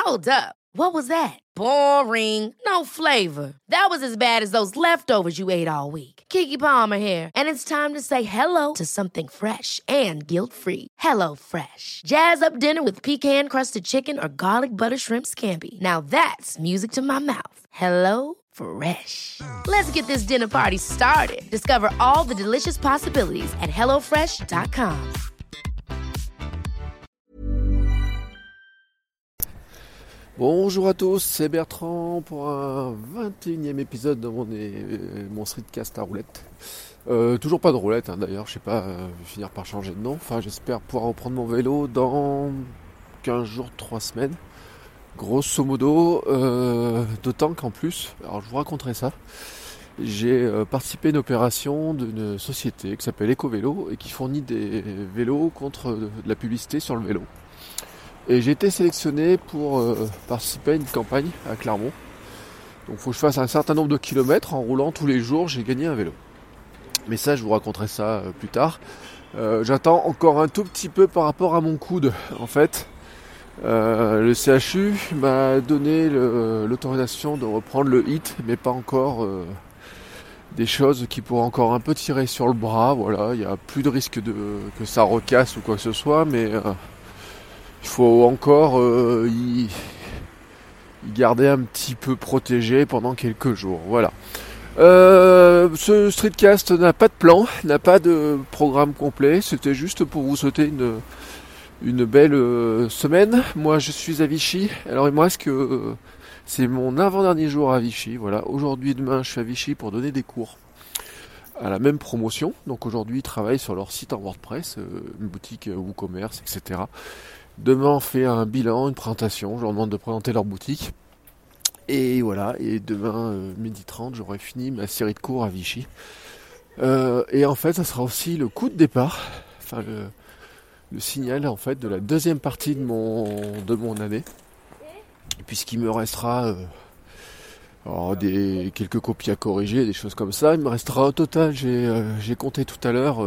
Hold up. What was that? Boring. No flavor. That was as bad as those leftovers you ate all week. Keke Palmer here, and it's time to say hello to something fresh and guilt-free. Hello Fresh. Jazz up dinner with pecan-crusted chicken or garlic butter shrimp scampi. Now that's music to my mouth. Hello Fresh. Let's get this dinner party started. Discover all the delicious possibilities at hellofresh.com. Bonjour à tous, c'est Bertrand pour un 21e épisode de mon streetcast à roulette. Toujours pas de roulette d'ailleurs, je sais pas, je vais finir par changer de nom. Enfin, j'espère pouvoir reprendre mon vélo dans 15 jours, 3 semaines. Grosso modo, d'autant qu'en plus, alors je vous raconterai ça, j'ai participé à une opération d'une société qui s'appelle EcoVélo et qui fournit des vélos contre de la publicité sur le vélo. Et j'ai été sélectionné pour participer à une campagne à Clermont. Donc il faut que je fasse un certain nombre de kilomètres en roulant tous les jours, j'ai gagné un vélo. Mais ça, je vous raconterai ça plus tard. J'attends encore un tout petit peu par rapport à mon coude. En fait, le CHU m'a donné l'autorisation de reprendre le HIIT, mais pas encore des choses qui pourraient encore un peu tirer sur le bras. Voilà, il n'y a plus de risque que ça recasse ou quoi que ce soit, mais il faut encore y garder un petit peu protégé pendant quelques jours. Voilà. Ce streetcast n'a pas de plan, n'a pas de programme complet. C'était juste pour vous souhaiter une belle semaine. Moi, je suis à Vichy. Alors, il me reste que c'est mon avant-dernier jour à Vichy. Voilà. Aujourd'hui et demain, je suis à Vichy pour donner des cours à la même promotion. Donc aujourd'hui, ils travaillent sur leur site en WordPress, une boutique WooCommerce, etc. Demain, on fait un bilan, une présentation. Je leur demande de présenter leur boutique. Et voilà. Et demain, 12h30, j'aurai fini ma série de cours à Vichy. Et en fait, ça sera aussi le coup de départ. Enfin, le signal, en fait, de la deuxième partie de mon année. Puisqu'il me restera quelques copies à corriger, des choses comme ça. Il me restera au total, j'ai compté tout à l'heure,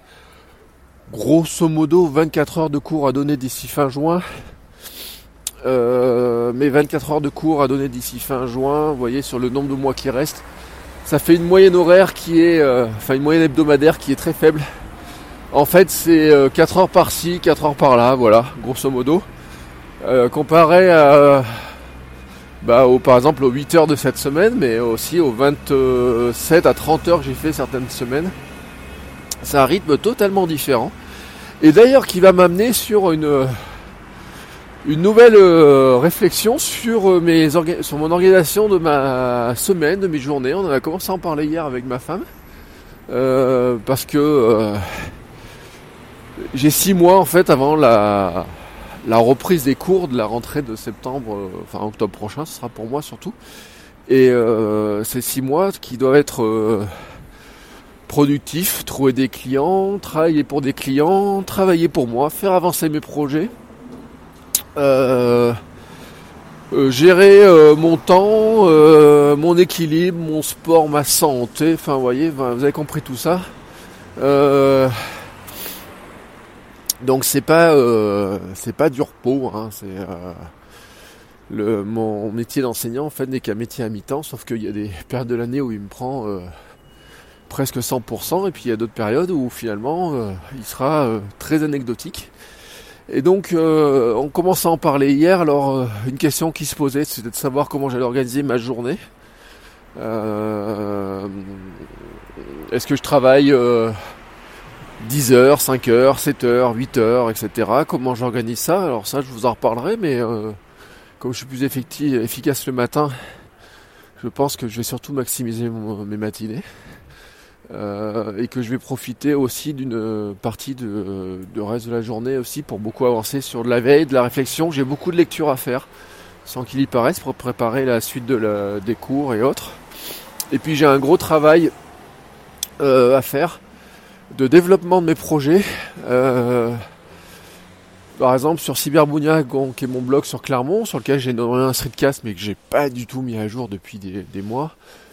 grosso modo 24 heures de cours à donner d'ici fin juin. Mais 24 heures de cours à donner d'ici fin juin, vous voyez, sur le nombre de mois qui restent, ça fait une moyenne horaire qui est, une moyenne hebdomadaire qui est très faible. En fait, c'est 4 heures par-ci, 4 heures par-là, voilà, grosso modo. Comparé par exemple aux 8 heures de cette semaine, mais aussi aux 27 à 30 heures que j'ai fait certaines semaines. C'est un rythme totalement différent. Et d'ailleurs qui va m'amener sur une nouvelle réflexion sur mon organisation de ma semaine, de mes journées. On a commencé à en parler hier avec ma femme. Parce que j'ai 6 mois en fait avant la reprise des cours de la rentrée de septembre, octobre prochain, ce sera pour moi surtout. Et ces 6 mois qui doivent être productifs, trouver des clients, travailler pour des clients, travailler pour moi, faire avancer mes projets, gérer mon temps, mon équilibre, mon sport, ma santé, enfin vous voyez, vous avez compris tout ça. Donc c'est pas du repos, hein, mon métier d'enseignant en fait n'est qu'un métier à mi-temps, sauf qu'il y a des périodes de l'année où il me prend presque 100%, et puis il y a d'autres périodes où finalement il sera très anecdotique. Et donc on commence à en parler hier. Alors une question qui se posait, c'était de savoir comment j'allais organiser ma journée. Est-ce que je travaille 10 heures, 5 heures, 7 heures, 8 heures, etc. Comment j'organise ça? Alors ça, je vous en reparlerai, mais comme je suis plus efficace le matin, je pense que je vais surtout maximiser mes matinées. Et que je vais profiter aussi d'une partie de reste de la journée aussi pour beaucoup avancer sur de la veille, de la réflexion. J'ai beaucoup de lectures à faire, sans qu'il y paraisse, pour préparer la suite des cours et autres. Et puis j'ai un gros travail à faire de développement de mes projets. Par exemple sur Cyberbounia, qui est mon blog sur Clermont, sur lequel j'ai donné un streetcast mais que j'ai pas du tout mis à jour depuis des mois.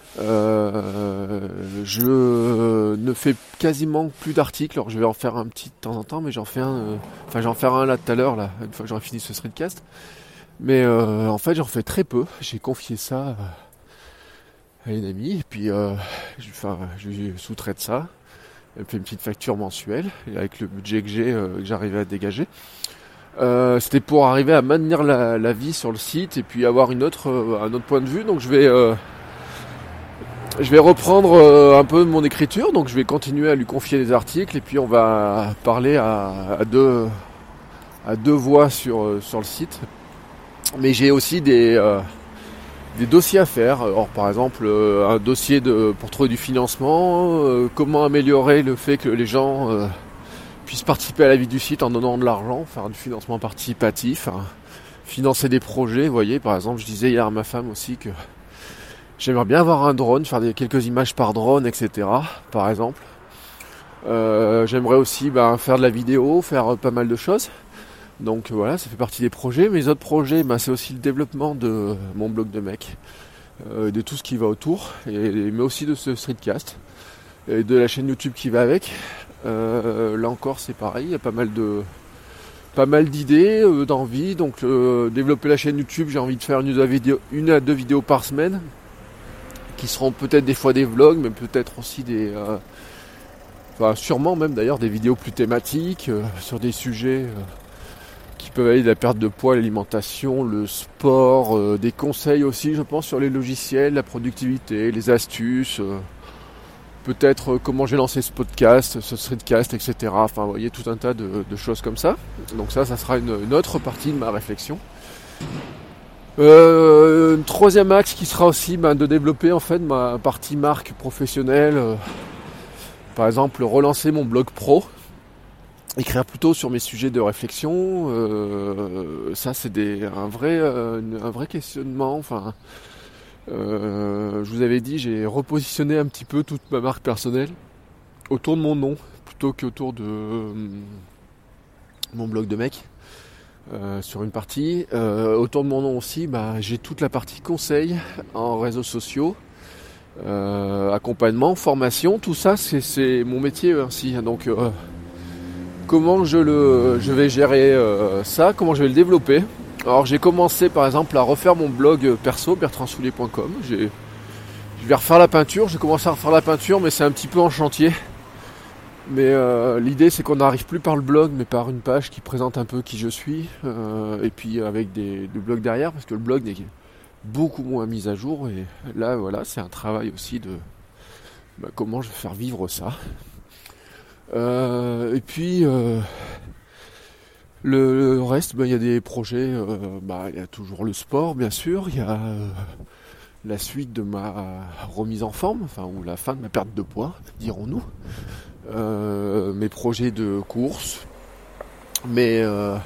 Je ne fais quasiment plus d'articles. Alors je vais en faire un petit de temps en temps, mais j'en fais un là tout à l'heure, là, une fois que j'aurai fini ce streetcast. Mais en fait, j'en fais très peu. J'ai confié ça à une amie et puis je lui sous-traite ça. Elle me fait une petite facture mensuelle et avec le budget que j'ai, que j'arrivais à dégager. C'était pour arriver à maintenir la vie sur le site et puis avoir un autre point de vue. Donc je vais reprendre un peu de mon écriture. Donc je vais continuer à lui confier des articles et puis on va parler à deux voix sur le site. Mais j'ai aussi des dossiers à faire. Alors par exemple un dossier pour trouver du financement, comment améliorer le fait que les gens puissent participer à la vie du site en donnant de l'argent, faire du financement participatif, financer des projets. Vous voyez, par exemple, je disais hier à ma femme aussi que j'aimerais bien avoir un drone, faire quelques images par drone, etc. Par exemple. J'aimerais aussi faire de la vidéo, faire pas mal de choses. Donc voilà, ça fait partie des projets. Mes autres projets, c'est aussi le développement de mon blog de mec, de tout ce qui va autour, mais aussi de ce streetcast, et de la chaîne YouTube qui va avec. Là encore c'est pareil, il y a pas mal d'idées, d'envie. Donc développer la chaîne YouTube, j'ai envie de faire une à deux vidéos par semaine, qui seront peut-être des fois des vlogs, mais peut-être aussi sûrement même d'ailleurs des vidéos plus thématiques, sur des sujets qui peuvent aller de la perte de poids, l'alimentation, le sport, des conseils aussi je pense sur les logiciels, la productivité, les astuces, peut-être comment j'ai lancé ce podcast, ce streetcast, etc. Enfin vous voyez, tout un tas de choses comme ça. Donc ça sera une autre partie de ma réflexion. Un troisième axe qui sera aussi de développer en fait ma partie marque professionnelle. Par exemple relancer mon blog pro. Écrire plutôt sur mes sujets de réflexion, ça c'est un vrai questionnement. Enfin, je vous avais dit, j'ai repositionné un petit peu toute ma marque personnelle autour de mon nom plutôt qu'autour de mon blog de mec. Sur une partie, autour de mon nom aussi, j'ai toute la partie conseil en réseaux sociaux, accompagnement, formation, tout ça c'est mon métier ainsi. Donc comment je vais gérer ça, comment je vais le développer. Alors j'ai commencé par exemple à refaire mon blog perso, bertrandsoulier.com. Je vais refaire la peinture, j'ai commencé à refaire la peinture mais c'est un petit peu en chantier. Mais l'idée c'est qu'on n'arrive plus par le blog mais par une page qui présente un peu qui je suis, et puis avec des blogs derrière, parce que le blog n'est beaucoup moins mis à jour, et là voilà, c'est un travail aussi de comment je vais faire vivre ça. Et puis le reste, il y a des projets, il y a toujours le sport bien sûr, il y a la suite de ma remise en forme, ou la fin de ma perte de poids, dirons-nous, mes projets de course, mais un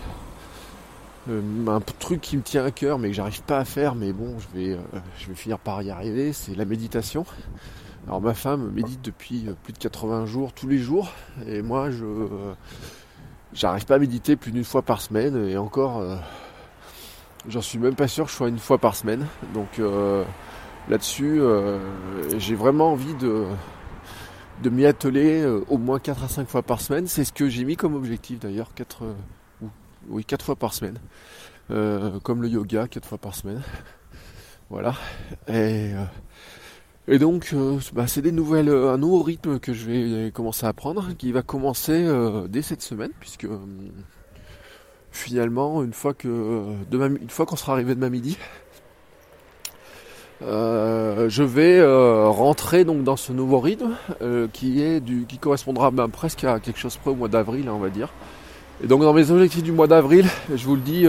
truc qui me tient à cœur mais que j'arrive pas à faire, mais bon, je vais finir par y arriver, c'est la méditation. Alors ma femme médite depuis plus de 80 jours tous les jours, et moi j'arrive pas à méditer plus d'une fois par semaine, et encore j'en suis même pas sûr que je sois une fois par semaine. Donc là-dessus j'ai vraiment envie de m'y atteler au moins 4 à 5 fois par semaine. C'est ce que j'ai mis comme objectif d'ailleurs, 4 fois par semaine, comme le yoga, 4 fois par semaine, voilà. Et donc, c'est un nouveau rythme que je vais commencer à prendre, qui va commencer dès cette semaine, puisque finalement, une fois qu'on sera arrivé de ma midi, je vais rentrer donc dans ce nouveau rythme qui correspondra presque à quelque chose près au mois d'avril, on va dire. Et donc, dans mes objectifs du mois d'avril, je vous le dis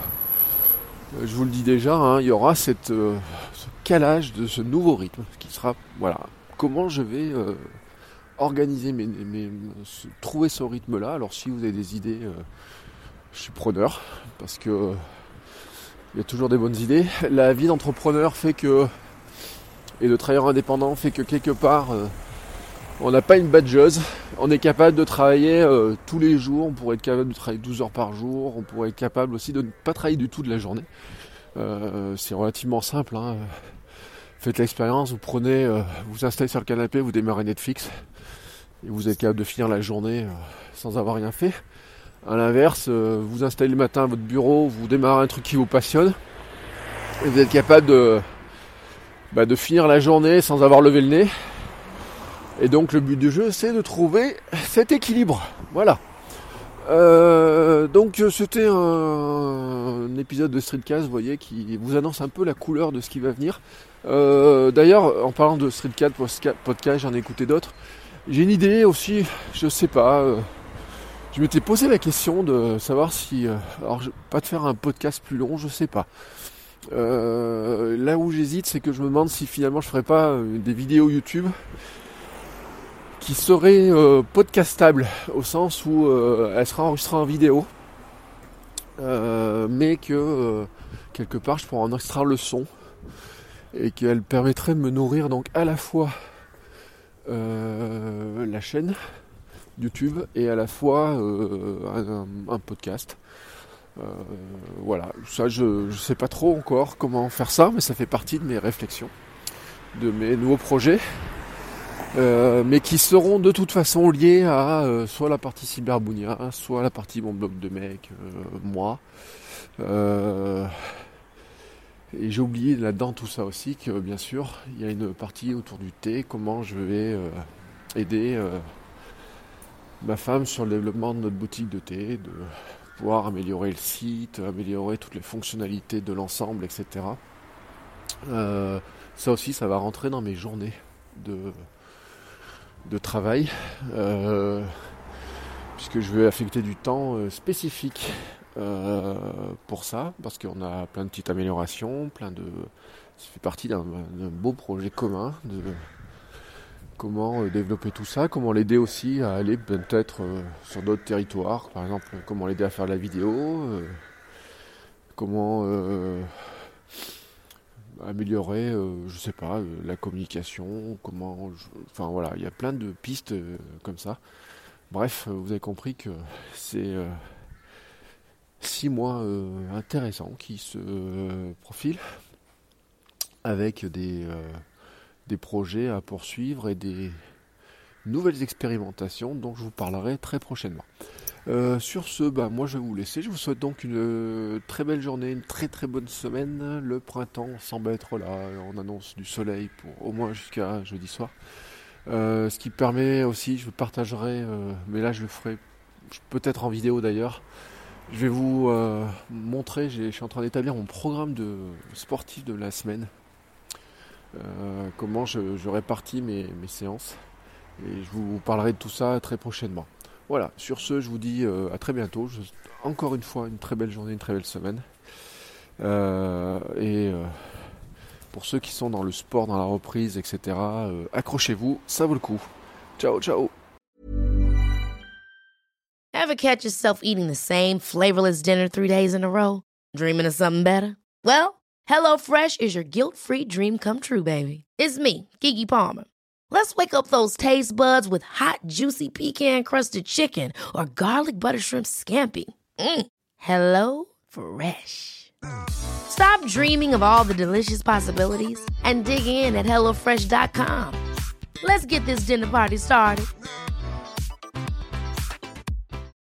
déjà, il y aura ce calage de ce nouveau rythme qui sera, comment je vais organiser trouver ce rythme là. Alors si vous avez des idées, je suis preneur, parce que il y a toujours des bonnes idées. La vie d'entrepreneur et de travailleur indépendant fait que quelque part on n'a pas une badgeuse, on est capable de travailler tous les jours, on pourrait être capable de travailler 12 heures par jour, on pourrait être capable aussi de ne pas travailler du tout de la journée. C'est relativement simple, Faites l'expérience, vous installez sur le canapé, vous démarrez Netflix, et vous êtes capable de finir la journée sans avoir rien fait. À l'inverse, vous installez le matin à votre bureau, vous démarrez un truc qui vous passionne, et vous êtes capable de finir la journée sans avoir levé le nez. Et donc le but du jeu, c'est de trouver cet équilibre. Voilà. Donc c'était un épisode de Streetcast, vous voyez, qui vous annonce un peu la couleur de ce qui va venir. D'ailleurs, en parlant de Streetcast podcast, j'en ai écouté d'autres. J'ai une idée aussi, je sais pas. Je m'étais posé la question de savoir si, pas de faire un podcast plus long, je sais pas. Là où j'hésite, c'est que je me demande si finalement je ferais pas des vidéos YouTube qui seraient podcastables, au sens où elles seraient enregistrées en vidéo, mais que quelque part je pourrais en extraire le son et qu'elles permettraient de me nourrir donc à la fois la chaîne YouTube et à la fois un podcast. Voilà, ça je sais pas trop encore comment faire ça, mais ça fait partie de mes réflexions, de mes nouveaux projets, mais qui seront de toute façon liés à soit la partie Cyberbounia, soit la partie mon blog de mec, moi. Et j'ai oublié là-dedans tout ça aussi, que bien sûr, il y a une partie autour du thé, comment je vais aider ma femme sur le développement de notre boutique de thé, de pouvoir améliorer le site, améliorer toutes les fonctionnalités de l'ensemble, etc. Ça aussi, ça va rentrer dans mes journées de travail, puisque je vais affecter du temps spécifique pour ça, parce qu'on a plein de petites améliorations, ça fait partie d'un beau projet commun de comment développer tout ça, comment l'aider aussi à aller peut-être sur d'autres territoires, par exemple comment l'aider à faire de la vidéo, comment améliorer, je sais pas, la communication, enfin voilà, il y a plein de pistes comme ça. Bref, vous avez compris que c'est 6 mois intéressants qui se profilent avec des projets à poursuivre et des nouvelles expérimentations dont je vous parlerai très prochainement. Sur ce, moi je vais vous laisser. Je vous souhaite donc une très belle journée, une très très bonne semaine. Le printemps semble être là. On annonce du soleil pour au moins jusqu'à jeudi soir. Ce qui permet aussi, je partagerai, mais là je le ferai peut-être en vidéo d'ailleurs. Je vais vous montrer, je suis en train d'établir mon programme de sportif de la semaine. Comment je répartis mes séances. Et je vous parlerai de tout ça très prochainement. Voilà, sur ce, je vous dis à très bientôt. Encore une fois, une très belle journée, une très belle semaine. Pour ceux qui sont dans le sport, dans la reprise, etc., accrochez-vous, ça vaut le coup. Ciao, ciao. Ever catch yourself eating the same flavorless dinner 3 days in a row? Dreaming of something better? Well, HelloFresh is your guilt-free dream come true, baby. It's me, Keke Palmer. Let's wake up those taste buds with hot, juicy pecan-crusted chicken or garlic butter shrimp scampi. Hello Fresh. Stop dreaming of all the delicious possibilities and dig in at HelloFresh.com. Let's get this dinner party started.